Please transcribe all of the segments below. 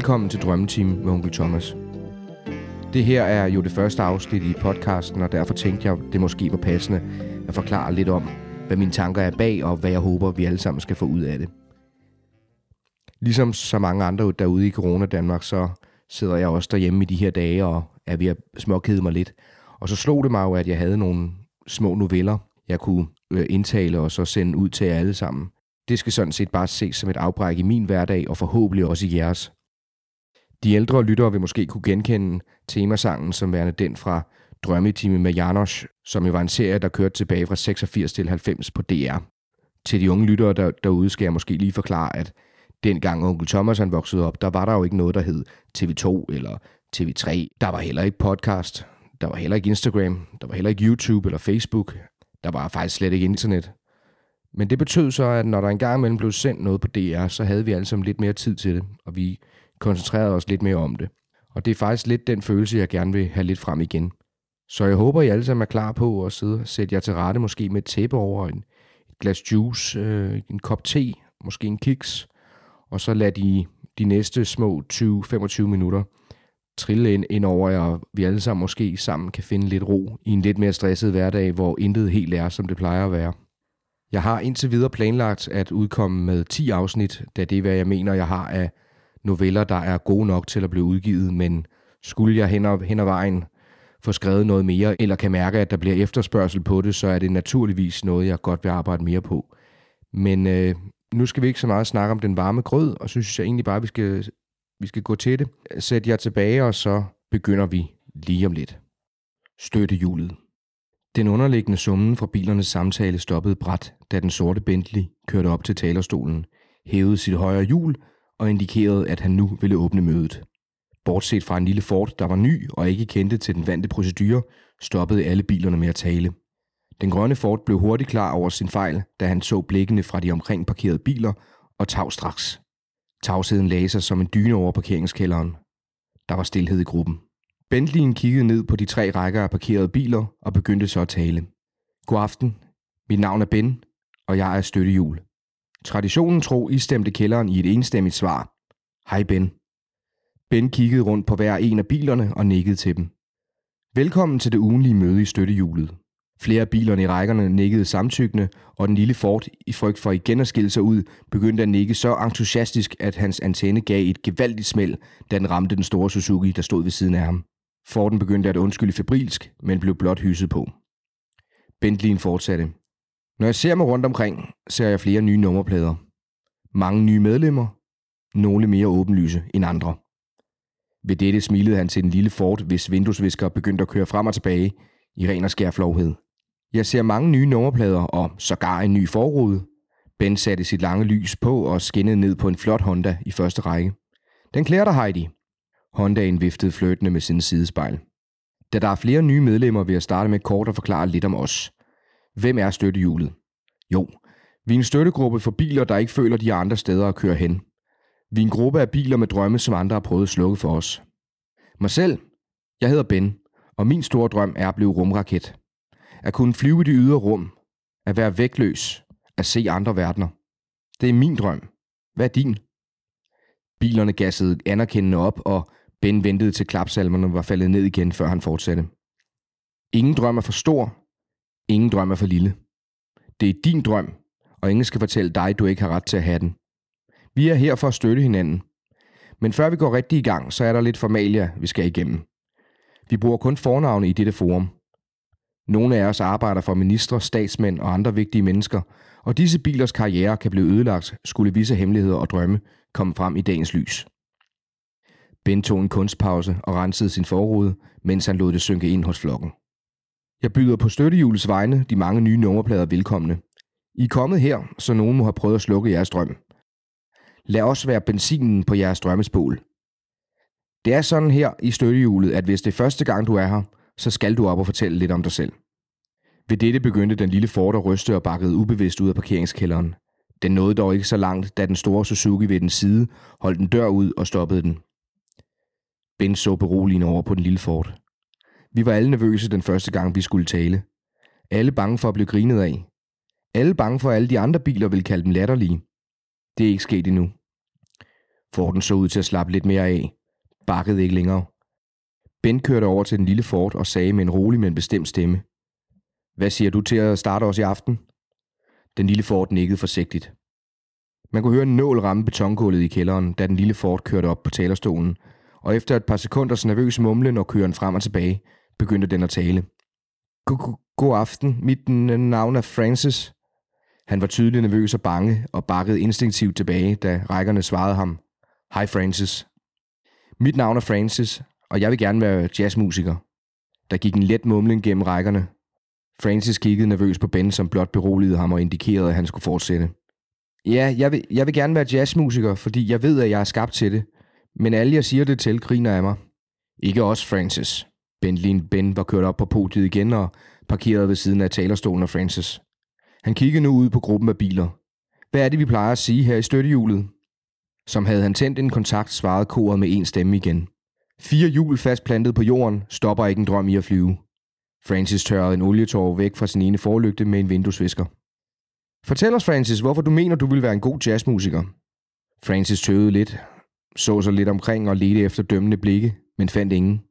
Velkommen til Drømmeteam med Onkel Thomas. Det her er jo det første afsnit i podcasten, og derfor tænkte jeg, det måske var passende at forklare lidt om, hvad mine tanker er bag, og hvad jeg håber, vi alle sammen skal få ud af det. Ligesom så mange andre derude i Corona Danmark, så sidder jeg også derhjemme i de her dage og er ved at småkede mig lidt. Og så slog det mig jo, at jeg havde nogle små noveller, jeg kunne indtale og så sende ud til jer alle sammen. Det skal sådan set bare ses som et afbræk i min hverdag og forhåbentlig også i jeres. De ældre lyttere vil måske kunne genkende temasangen som værende den fra Drømmeteam med Janos, som jo var en serie, der kørte tilbage fra 86 til 90 på DR. Til de unge lyttere derude skal jeg måske lige forklare, at dengang Onkel Thomas han voksede op, der var der jo ikke noget, der hed TV2 eller TV3. Der var heller ikke podcast, der var heller ikke Instagram, der var heller ikke YouTube eller Facebook. Der var faktisk slet ikke internet. Men det betød så, at når der engang imellem blev sendt noget på DR, så havde vi alle sammen lidt mere tid til det, og vi koncentrerede os lidt mere om det. Og det er faktisk lidt den følelse, jeg gerne vil have lidt frem igen. Så jeg håber, I alle sammen er klar på at sidde og sætte jer til rette, måske med et tæppe over, et glas juice, en kop te, måske en kiks, og så lad de næste små 20-25 minutter trille ind over jer, og vi alle sammen måske sammen kan finde lidt ro i en lidt mere stresset hverdag, hvor intet helt er, som det plejer at være. Jeg har indtil videre planlagt at udkomme med 10 afsnit, da det er, hvad jeg mener, jeg har af noveller, der er gode nok til at blive udgivet, men skulle jeg hen ad vejen få skrevet noget mere, eller kan mærke, at der bliver efterspørgsel på det, så er det naturligvis noget, jeg godt vil arbejde mere på. Men nu skal vi ikke så meget snakke om den varme grød, og så synes jeg egentlig bare, at vi skal gå til det. Sæt jer tilbage, og så begynder vi lige om lidt. Støttehjulet. Den underliggende summen fra bilernes samtale stoppede brat, da den sorte Bentley kørte op til talerstolen, hævede sit højre hjul og indikerede, at han nu ville åbne mødet. Bortset fra en lille Ford, der var ny og ikke kendte til den vante procedure, stoppede alle bilerne med at tale. Den grønne Ford blev hurtigt klar over sin fejl, da han så blikkene fra de omkring parkerede biler og tav straks. Tavsheden lagde sig som en dyne over parkeringskælderen. Der var stilhed i gruppen. Bentleyen kiggede ned på de 3 rækker af parkerede biler og begyndte så at tale. God aften. Mit navn er Ben, og jeg er støttehjul. Traditionen tro istemte kælderen i et enstemmigt svar. Hej Ben. Ben kiggede rundt på hver en af bilerne og nikkede til dem. Velkommen til det ugenlige møde i støttehjulet. Flere af bilerne i rækkerne nikkede samtykkende, og den lille Ford, i frygt for igen at skille sig ud, begyndte at nikke så entusiastisk, at hans antenne gav et gevaldigt smæld, da den ramte den store Suzuki, der stod ved siden af ham. Forden begyndte at undskylde febrilsk, men blev blot hysset på. Bentleyen fortsatte. Når jeg ser mig rundt omkring, ser jeg flere nye nummerplader. Mange nye medlemmer, nogle mere åbenlyse end andre. Ved dette smilede han til den lille Ford, hvis vinduesvisker begyndte at køre frem og tilbage i ren og skær flovhed. Jeg ser mange nye nummerplader og sågar en ny forrude. Ben satte sit lange lys på og skinnede ned på en flot Honda i første række. Den klæder dig, Heidi. Hondaen viftede flirtende med sin sidespejl. Da der er flere nye medlemmer, vil jeg starte med kort at forklare lidt om os. Hvem er støttehjulet? Jo, vi er en støttegruppe for biler, der ikke føler, de har andre steder at køre hen. Vi er en gruppe af biler med drømme, som andre har prøvet at slukke for os. Mig selv, jeg hedder Ben, og min store drøm er at blive rumraket. At kunne flyve i det ydre rum. At være vægtløs. At se andre verdener. Det er min drøm. Hvad er din? Bilerne gassede anerkendende op, og Ben ventede til klapsalmerne var faldet ned igen, før han fortsatte. Ingen drøm er for stor. Ingen drøm er for lille. Det er din drøm, og ingen skal fortælle dig, du ikke har ret til at have den. Vi er her for at støtte hinanden. Men før vi går rigtig i gang, så er der lidt formalia, vi skal igennem. Vi bruger kun fornavne i dette forum. Nogle af os arbejder for ministre, statsmænd og andre vigtige mennesker, og disse bilers karriere kan blive ødelagt, skulle visse hemmeligheder og drømme komme frem i dagens lys. Ben tog en kunstpause og rensede sin forrude, mens han lod det synke ind hos flokken. Jeg byder på støttehjulets vegne de mange nye nummerplader velkomne. I er kommet her, så nogen må have prøvet at slukke jeres drøm. Lad os være benzinen på jeres drømmespol. Det er sådan her i støttehjulet, at hvis det er første gang du er her, så skal du op og fortælle lidt om dig selv. Ved dette begyndte den lille Ford at ryste og bakkede ubevidst ud af parkeringskælderen. Den nåede dog ikke så langt, da den store Suzuki ved den side holdt en dør ud og stoppede den. Ben så beroligende over på den lille Ford. Vi var alle nervøse den første gang, vi skulle tale. Alle bange for at blive grinet af. Alle bange for, at alle de andre biler ville kalde dem latterlige. Det er ikke sket endnu. Forden så ud til at slappe lidt mere af. Bakkede ikke længere. Ben kørte over til den lille Ford og sagde med en rolig, men bestemt stemme: Hvad siger du til at starte os i aften? Den lille Ford nikkede forsigtigt. Man kunne høre en nål ramme betongulvet i kælderen, da den lille Ford kørte op på talerstolen, og efter et par sekunders nervøs mumlen og køren frem og tilbage, begyndte den at tale. God aften, mit navn er Francis. Han var tydeligt nervøs og bange og bakkede instinktivt tilbage, da rækkerne svarede ham: Hej Francis. Mit navn er Francis, og jeg vil gerne være jazzmusiker. Der gik en let mumling gennem rækkerne. Francis kiggede nervøs på Ben, som blot beroligede ham og indikerede, at han skulle fortsætte. Ja, jeg vil gerne være jazzmusiker, fordi jeg ved, at jeg er skabt til det. Men alle, jeg siger det til, griner af mig. Ikke os, Francis. Ben var kørt op på podiet igen og parkerede ved siden af talerstolen af Francis. Han kiggede nu ud på gruppen af biler. Hvad er det, vi plejer at sige her i støttehjulet? Som havde han tændt en kontakt, svarede koret med en stemme igen. 4 hjul fast plantet på jorden, stopper ikke en drøm i at flyve. Francis tørrede en olietåre væk fra sin ene forlygte med en vinduesvisker. Fortæl os, Francis, hvorfor du mener, du vil være en god jazzmusiker. Francis tøvede lidt, så sig lidt omkring og ledte efter dømmende blikke, men fandt ingen.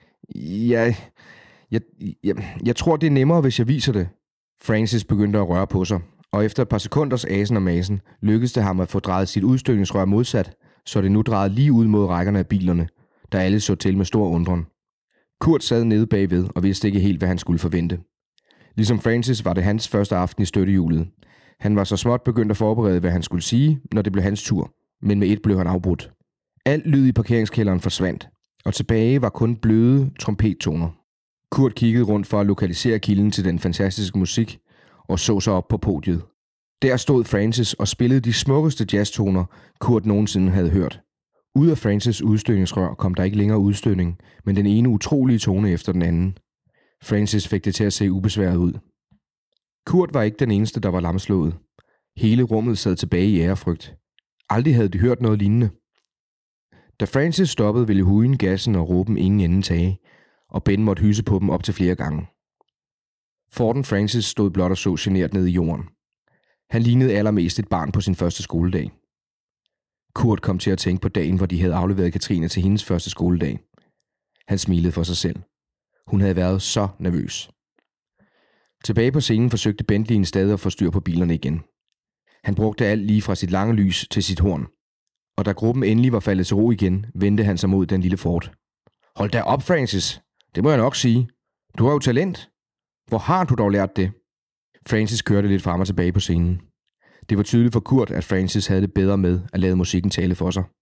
Jeg tror, det er nemmere, hvis jeg viser det. Francis begyndte at røre på sig, og efter et par sekunders asen og masen, lykkedes det ham at få drejet sit udstødningsrør modsat, så det nu drejede lige ud mod rækkerne af bilerne, der alle så til med stor undren. Kurt sad nede bagved og vidste ikke helt, hvad han skulle forvente. Ligesom Francis var det hans første aften i støttehjulet. Han var så småt begyndt at forberede, hvad han skulle sige, når det blev hans tur, men med et blev han afbrudt. Alt lyd i parkeringskælderen forsvandt, og tilbage var kun bløde trompettoner. Kurt kiggede rundt for at lokalisere kilden til den fantastiske musik, og så sig op på podiet. Der stod Francis og spillede de smukkeste jazztoner, Kurt nogensinde havde hørt. Ud af Francis' udstødningsrør kom der ikke længere udstødning, men den ene utrolige tone efter den anden. Francis fik det til at se ubesværet ud. Kurt var ikke den eneste, der var lamslået. Hele rummet sad tilbage i ærefrygt. Aldrig havde de hørt noget lignende. Da Francis stoppede, ville hujen gassen og råben ingen ende tage, og Ben måtte hyse på dem op til flere gange. Forden Francis stod blot og så genert ned i jorden. Han lignede allermest et barn på sin første skoledag. Kurt kom til at tænke på dagen, hvor de havde afleveret Katrine til hendes første skoledag. Han smilede for sig selv. Hun havde været så nervøs. Tilbage på scenen forsøgte Bentley stadig at få styr på bilerne igen. Han brugte alt lige fra sit lange lys til sit horn. Og da gruppen endelig var faldet til ro igen, vendte han sig mod den lille Ford. Hold da op, Francis. Det må jeg nok sige. Du har jo talent. Hvor har du dog lært det? Francis kørte lidt frem og tilbage på scenen. Det var tydeligt for Kurt, at Francis havde det bedre med at lade musikken tale for sig.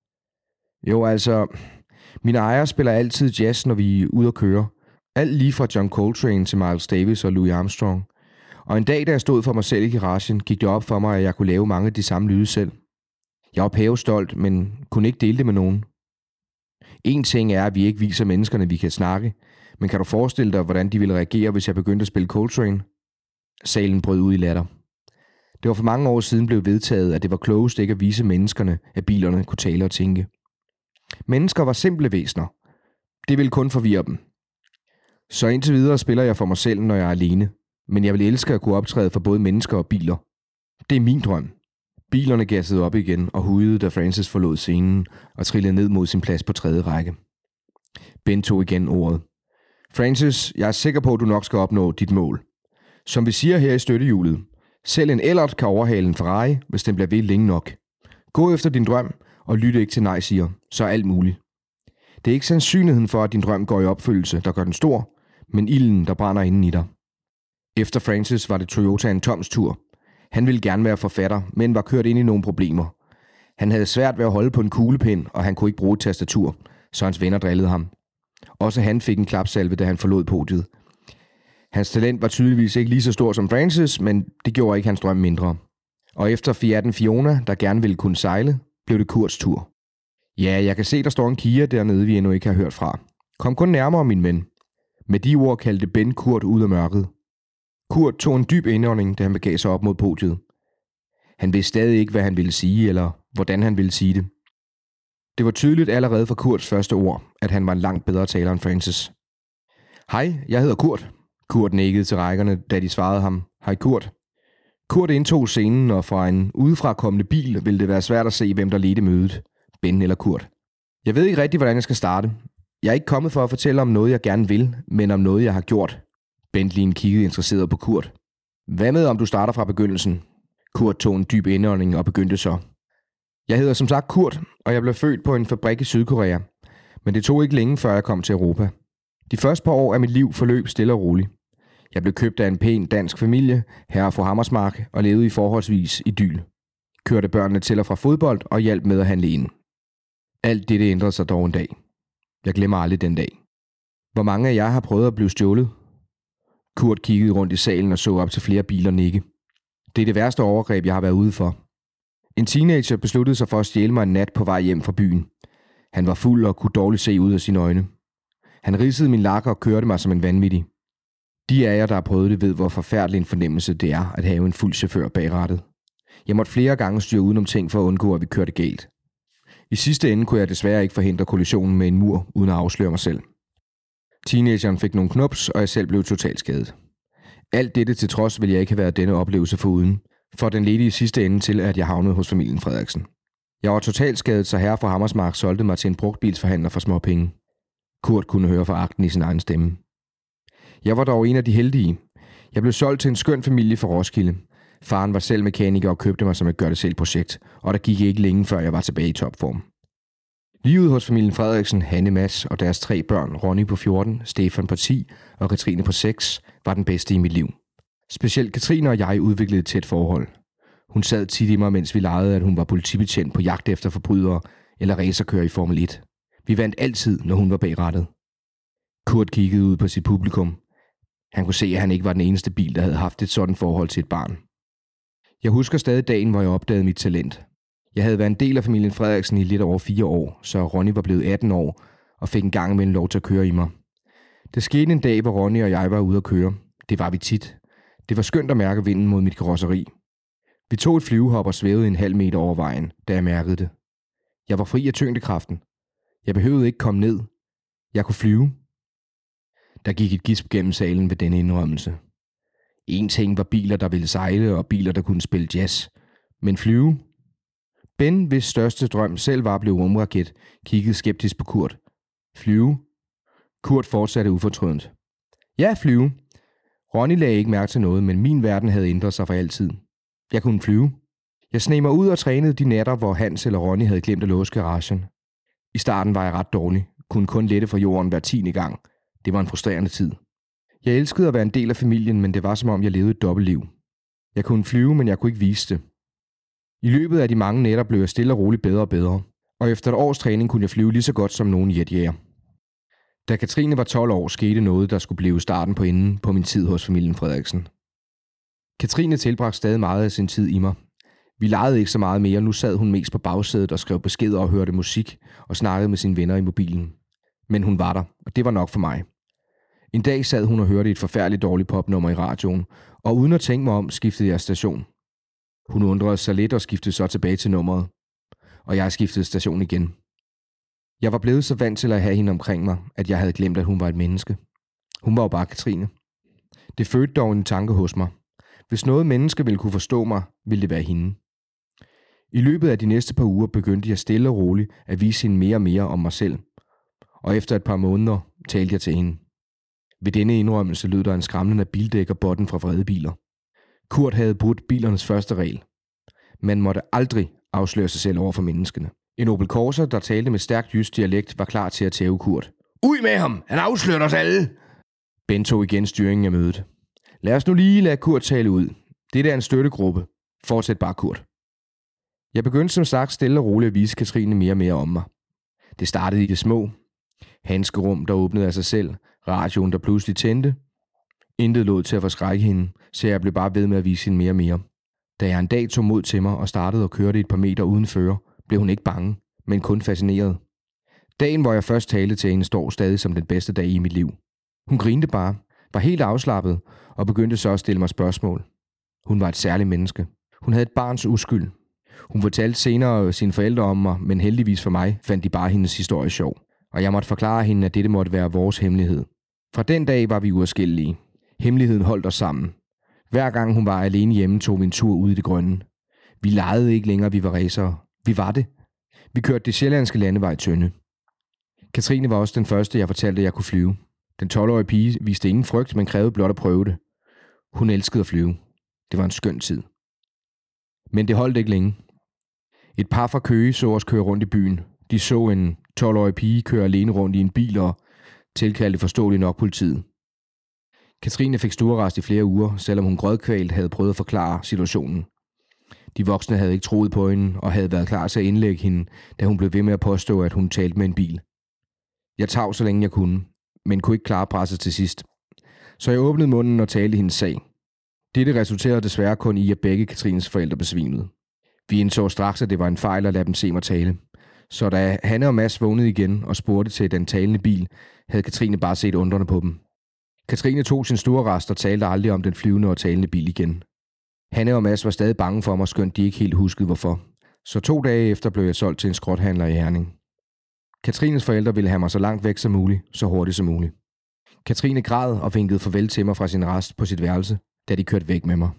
Jo, altså, mine ejere spiller altid jazz, når vi er ude at køre. Alt lige fra John Coltrane til Miles Davis og Louis Armstrong. Og en dag, da jeg stod for mig selv i garagen, gik det op for mig, at jeg kunne lave mange af de samme lyde selv. Jeg var pavestolt, men kunne ikke dele det med nogen. En ting er, at vi ikke viser menneskerne, at vi kan snakke, men kan du forestille dig, hvordan de ville reagere, hvis jeg begyndte at spille Coltrane? Salen brød ud i latter. Det var for mange år siden blevet vedtaget, at det var klogest ikke at vise menneskerne, at bilerne kunne tale og tænke. Mennesker var simple væsener. Det ville kun forvirre dem. Så indtil videre spiller jeg for mig selv, når jeg er alene. Men jeg vil elske at kunne optræde for både mennesker og biler. Det er min drøm. Bilerne gassede op igen og hujede, da Francis forlod scenen og trillede ned mod sin plads på 3. række. Ben tog igen ordet. Francis, jeg er sikker på, at du nok skal opnå dit mål. Som vi siger her i støttehjulet, selv en Ellert kan overhale en Ferrari, hvis den bliver ved længe nok. Gå efter din drøm og lytte ikke til nej siger, så er alt muligt. Det er ikke sandsynligheden for, at din drøm går i opfyldelse, der gør den stor, men ilden, der brænder inden i dig. Efter Francis var det Toyotaen Toms tur. Han ville gerne være forfatter, men var kørt ind i nogle problemer. Han havde svært ved at holde på en kuglepen, og han kunne ikke bruge et tastatur, så hans venner drillede ham. Også han fik en klapsalve, da han forlod podiet. Hans talent var tydeligvis ikke lige så stor som Francis, men det gjorde ikke hans drøm mindre. Og efter Fiaten Fiona, der gerne ville kunne sejle, blev det Kurts tur. Ja, jeg kan se, der står en Kia dernede, vi endnu ikke har hørt fra. Kom kun nærmere, min ven. Med de ord kaldte Ben Kurt ud af mørket. Kurt tog en dyb indånding, da han begav sig op mod podiet. Han vidste stadig ikke, hvad han ville sige, eller hvordan han ville sige det. Det var tydeligt allerede fra Kurts første ord, at han var en langt bedre taler end Francis. Hej, jeg hedder Kurt. Kurt nikkede til rækkerne, da de svarede ham. Hej Kurt. Kurt indtog scenen, og fra en udefrakommende bil ville det være svært at se, hvem der ledte mødet. Ben eller Kurt. Jeg ved ikke rigtig, hvordan jeg skal starte. Jeg er ikke kommet for at fortælle om noget, jeg gerne vil, men om noget, jeg har gjort. Bentley kiggede interesseret på Kurt. Hvad med, om du starter fra begyndelsen? Kurt tog en dyb indånding og begyndte så. Jeg hedder som sagt Kurt, og jeg blev født på en fabrik i Sydkorea. Men det tog ikke længe, før jeg kom til Europa. De første par år af mit liv forløb stille og roligt. Jeg blev købt af en pæn dansk familie, herre og fru Hammersmark, og levede i forholdsvis idyl. Kørte børnene til og fra fodbold og hjalp med at handle ind. Alt dette ændrede sig dog en dag. Jeg glemmer aldrig den dag. Hvor mange af jer har prøvet at blive stjålet? Kurt kiggede rundt i salen og så op til flere biler nikke. Det er det værste overgreb, jeg har været ude for. En teenager besluttede sig for at stjæle mig en nat på vej hjem fra byen. Han var fuld og kunne dårligt se ud af sine øjne. Han ridsede min lakker og kørte mig som en vanvittig. De af jer, der har prøvet det, ved, hvor forfærdelig en fornemmelse det er at have en fuld chauffør bag rattet. Jeg måtte flere gange styre udenom ting for at undgå, at vi kørte galt. I sidste ende kunne jeg desværre ikke forhindre kollisionen med en mur, uden at afsløre mig selv. Teenageren fik nogle knups, og jeg selv blev totalt skadet. Alt dette til trods ville jeg ikke have været denne oplevelse foruden, for den ledte i sidste ende til, at jeg havnede hos familien Frederiksen. Jeg var totalt skadet, så herre fra Hammersmark solgte mig til en brugtbilsforhandler for små penge. Kurt kunne høre foragten i sin egen stemme. Jeg var dog en af de heldige. Jeg blev solgt til en skøn familie fra Roskilde. Faren var selv mekaniker og købte mig som et gør-det-selv-projekt, og der gik ikke længe, før jeg var tilbage i topform. Livet hos familien Frederiksen, Hanne, Mads og deres 3 børn, Ronny på 14, Stefan på 10 og Katrine på 6, var den bedste i mit liv. Specielt Katrine og jeg udviklede et tæt forhold. Hun sad tit i mig, mens vi legede, at hun var politibetjent på jagt efter forbrydere eller racerkører i Formel 1. Vi vandt altid, når hun var bag rattet. Kurt kiggede ud på sit publikum. Han kunne se, at han ikke var den eneste bil, der havde haft et sådan forhold til et barn. Jeg husker stadig dagen, hvor jeg opdagede mit talent. Jeg havde været en del af familien Frederiksen i lidt over 4 år, så Ronny var blevet 18 år og fik en gang med en lov til at køre i mig. Det skete en dag, hvor Ronny og jeg var ude at køre. Det var vi tit. Det var skønt at mærke vinden mod mit karosseri. Vi tog et flyvehop og svævede 1,5 meter over vejen, da jeg mærkede det. Jeg var fri af tyngdekraften. Jeg behøvede ikke komme ned. Jeg kunne flyve. Der gik et gisp gennem salen ved denne indrømmelse. En ting var biler, der ville sejle, og biler, der kunne spille jazz. Men flyve? Ben, hvis største drøm selv var at blive rumraket, kiggede skeptisk på Kurt. Flyve? Kurt fortsatte ufortrødent. Ja, flyve. Ronny lagde ikke mærke til noget, men min verden havde ændret sig for altid. Jeg kunne flyve. Jeg sneg mig ud og trænede de natter, hvor Hans eller Ronny havde glemt at låse garagen. I starten var jeg ret dårlig. Kunne kun lette fra jorden hver 10. gang. Det var en frustrerende tid. Jeg elskede at være en del af familien, men det var som om jeg levede et dobbeltliv. Jeg kunne flyve, men jeg kunne ikke vise det. I løbet af de mange nætter blev jeg stille og roligt bedre og bedre, og efter et års træning kunne jeg flyve lige så godt som nogen jetjæger. Da Katrine var 12 år, skete noget, der skulle blive starten på enden på min tid hos familien Frederiksen. Katrine tilbragte stadig meget af sin tid i mig. Vi legede ikke så meget mere, nu sad hun mest på bagsædet og skrev beskeder og hørte musik og snakkede med sine venner i mobilen. Men hun var der, og det var nok for mig. En dag sad hun og hørte et forfærdeligt dårligt popnummer i radioen, og uden at tænke mig om, skiftede jeg station. Hun undrede sig lidt og skiftede så tilbage til nummeret, og jeg skiftede station igen. Jeg var blevet så vant til at have hende omkring mig, at jeg havde glemt, at hun var et menneske. Hun var jo bare Katrine. Det fødte dog en tanke hos mig. Hvis noget menneske ville kunne forstå mig, ville det være hende. I løbet af de næste par uger begyndte jeg stille og roligt at vise hende mere og mere om mig selv, og efter et par måneder talte jeg til hende. Ved denne indrømmelse lød der en skramlende bildæk og botten fra vrede biler. Kurt havde brudt bilernes første regel. Man måtte aldrig afsløre sig selv over for menneskene. En Opel Corsa, der talte med stærkt jysk dialekt, var klar til at tæve Kurt. Ud med ham! Han afslørte os alle! Ben tog igen styringen af mødet. Lad os nu lige lade Kurt tale ud. Det er en støttegruppe. Fortsæt bare, Kurt. Jeg begyndte som sagt stille og roligt at vise Katrine mere og mere om mig. Det startede i det små. Handskerum, der åbnede af sig selv. Radioen, der pludselig tændte. Intet lod til at forskrække hende, så jeg blev bare ved med at vise hende mere og mere. Da jeg en dag tog mod til mig og startede at køre det et par meter uden fører, blev hun ikke bange, men kun fascineret. Dagen, hvor jeg først talte til hende, står stadig som den bedste dag i mit liv. Hun grinte bare, var helt afslappet og begyndte så at stille mig spørgsmål. Hun var et særligt menneske. Hun havde et barns uskyld. Hun fortalte senere sine forældre om mig, men heldigvis for mig fandt de bare hendes historie sjov. Og jeg måtte forklare hende, at dette måtte være vores hemmelighed. Fra den dag var vi uadskillelige. Hemmeligheden holdt os sammen. Hver gang hun var alene hjemme, tog vi en tur ud i det grønne. Vi legede ikke længere, vi var racere. Vi var det. Vi kørte det sjællandske landevej Tønde. Katrine var også den første, jeg fortalte, at jeg kunne flyve. Den 12-årige pige viste ingen frygt, men krævede blot at prøve det. Hun elskede at flyve. Det var en skøn tid. Men det holdt ikke længe. Et par fra Køge så os køre rundt i byen. De så en 12-årig pige køre alene rundt i en bil og tilkaldte forståeligt nok politiet. Katrine fik stuearrest i flere uger, selvom hun grødkvalt havde prøvet at forklare situationen. De voksne havde ikke troet på hende og havde været klar til at indlægge hende, da hun blev ved med at påstå, at hun talte med en bil. Jeg tav så længe jeg kunne, men kunne ikke klare presset til sidst. Så jeg åbnede munden og talte hendes sag. Dette resulterede desværre kun i, at begge Katrines forældre besvimede. Vi indså straks, at det var en fejl at lade dem se mig tale. Så da Hanne og Mads vågnede igen og spurgte til den talende bil, havde Katrine bare set undrende på dem. Katrine tog sin stuearrest og talte aldrig om den flyvende og talende bil igen. Hanne og Mads var stadig bange for mig, skønt de ikke helt huskede hvorfor. Så 2 dage efter blev jeg solgt til en skrothandler i Herning. Katrines forældre ville have mig så langt væk som muligt, så hurtigt som muligt. Katrine græd og vinkede farvel til mig fra sin rest på sit værelse, da de kørte væk med mig.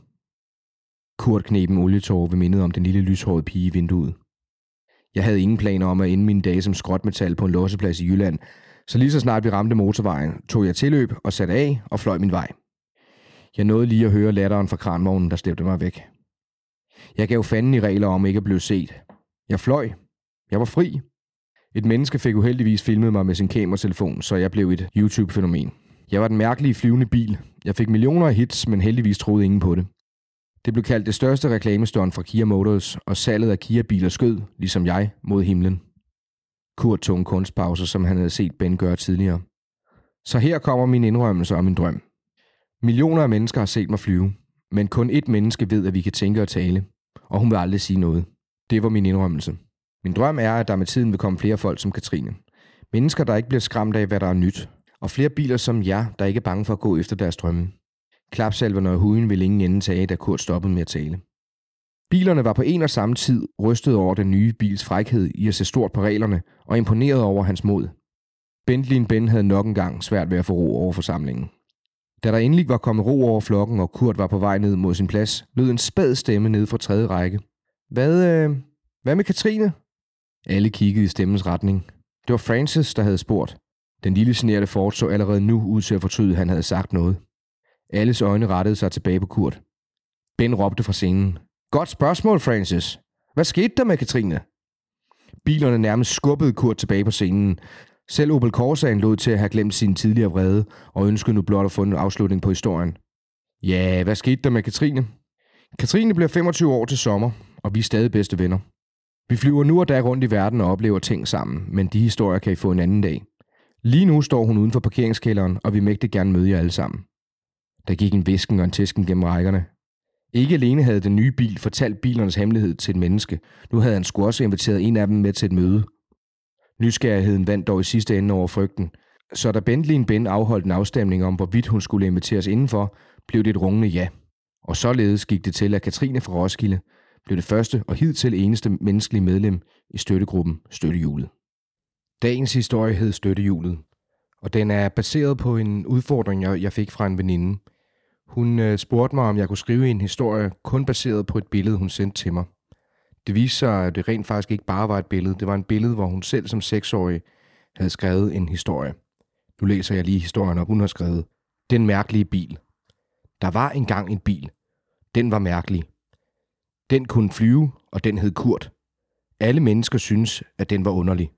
Kurt kneb en olietåre ved mindet om den lille lyshårede pige i vinduet. Jeg havde ingen planer om at ende mine dage som skrotmetal på en losseplads i Jylland, så lige så snart vi ramte motorvejen, tog jeg tilløb og satte af og fløj min vej. Jeg nåede lige at høre latteren fra kranvognen, der slæbte mig væk. Jeg gav fanden i regler om ikke at blive set. Jeg fløj. Jeg var fri. Et menneske fik uheldigvis filmet mig med sin kameratelefon, så jeg blev et YouTube-fænomen. Jeg var den mærkelige flyvende bil. Jeg fik millioner af hits, men heldigvis troede ingen på det. Det blev kaldt det største reklamestunt fra Kia Motors, og salget af Kia-biler skød, ligesom jeg, mod himlen. Kurt tog en kunstpause, som han havde set Ben gøre tidligere. Så her kommer min indrømmelse og min drøm. Millioner af mennesker har set mig flyve, men kun ét menneske ved, at vi kan tænke og tale, og hun vil aldrig sige noget. Det var min indrømmelse. Min drøm er, at der med tiden vil komme flere folk som Katrine. Mennesker, der ikke bliver skræmt af, hvad der er nyt. Og flere biler som jer, der ikke er bange for at gå efter deres drømme. Klapsalverne og huden ville ingen ende tage, da Kurt stoppede med at tale. Bilerne var på en og samme tid rystet over den nye bils frækhed i at se stort på reglerne og imponeret over hans mod. Bentleyen Ben havde nok engang svært ved at få ro over forsamlingen. Da der endelig var kommet ro over flokken, og Kurt var på vej ned mod sin plads, lød en spæd stemme ned fra 3. række. Hvad med Katrine? Alle kiggede i stemmens retning. Det var Francis, der havde spurgt. Den lille generte Ford så allerede nu ud til at fortryde, at han havde sagt noget. Alles øjne rettede sig tilbage på Kurt. Ben råbte fra scenen. Godt spørgsmål, Francis. Hvad skete der med Katrine? Bilerne nærmest skubbede Kurt tilbage på scenen. Selv Opel Corsaen lod til at have glemt sin tidligere vrede, og ønskede nu blot at få en afslutning på historien. Ja, hvad skete der med Katrine? Katrine bliver 25 år til sommer, og vi er stadig bedste venner. Vi flyver nu og da rundt i verden og oplever ting sammen, men de historier kan I få en anden dag. Lige nu står hun uden for parkeringskælderen, og vi mægtig gerne møde jer alle sammen. Der gik en hvisken og en tisken gennem rækkerne. Ikke alene havde den nye bil fortalt bilernes hemmelighed til et menneske. Nu havde han sgu også inviteret en af dem med til et møde. Nysgerrigheden vandt dog i sidste ende over frygten. Så da Bentleyen Ben afholdt en afstemning om, hvorvidt hun skulle inviteres indenfor, blev det et rungende ja. Og således gik det til, at Katrine fra Roskilde blev det første og hidtil eneste menneskelige medlem i støttegruppen Støttehjulet. Dagens historie hed Støttehjulet, og den er baseret på en udfordring, jeg fik fra en veninde. Hun spurgte mig, om jeg kunne skrive en historie kun baseret på et billede, hun sendte til mig. Det viste sig, at det rent faktisk ikke bare var et billede. Det var en billede, hvor hun selv som 6-årig havde skrevet en historie. Nu læser jeg lige historien op. Hun har skrevet: Den mærkelige bil. Der var engang en bil. Den var mærkelig. Den kunne flyve, og den hed Kurt. Alle mennesker synes, at den var underlig.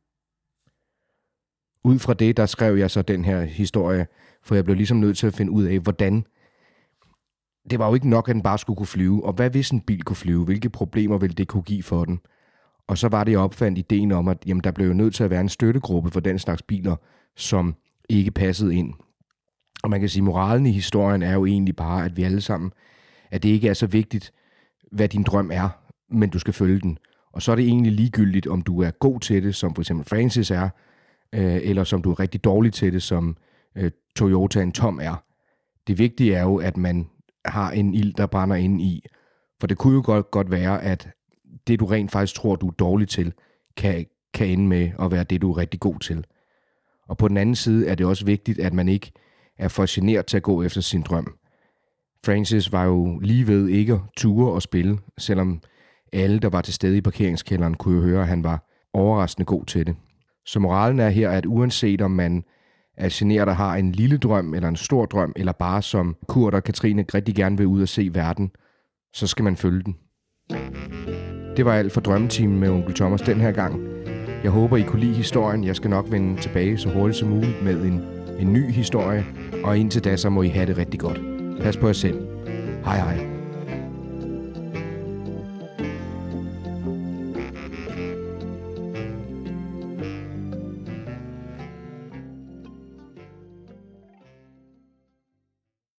Ud fra det, der skrev jeg så den her historie, for jeg blev ligesom nødt til at finde ud af, hvordan. Det var jo ikke nok, at den bare skulle kunne flyve, og hvad hvis en bil kunne flyve? Hvilke problemer ville det kunne give for den? Og så var det, jeg opfandt ideen om, at jamen, der blev jo nødt til at være en støttegruppe for den slags biler, som ikke passede ind. Og man kan sige, at moralen i historien er jo egentlig bare, at vi alle sammen, at det ikke er så vigtigt, hvad din drøm er, men du skal følge den. Og så er det egentlig ligegyldigt, om du er god til det, som for eksempel Francis er, eller som du er rigtig dårlig til det, som Toyotaen Tom er. Det vigtige er jo, at man har en ild, der brænder inde i. For det kunne jo godt være, at det, du rent faktisk tror, du er dårlig til, kan ende med at være det, du er rigtig god til. Og på den anden side er det også vigtigt, at man ikke er for genert til at gå efter sin drøm. Francis var jo lige ved ikke at ture og spille, selvom alle, der var til stede i parkeringskælderen, kunne jo høre, at han var overraskende god til det. Så moralen er her, at uanset om man er generet og har en lille drøm eller en stor drøm, eller bare som Kurt og Katrine rigtig gerne vil ud og se verden, så skal man følge den. Det var alt for Drømmetimen med Onkel Thomas den her gang. Jeg håber, I kunne lide historien. Jeg skal nok vende tilbage så hurtigt som muligt med en ny historie. Og indtil da, så må I have det rigtig godt. Pas på jer selv. Hej hej.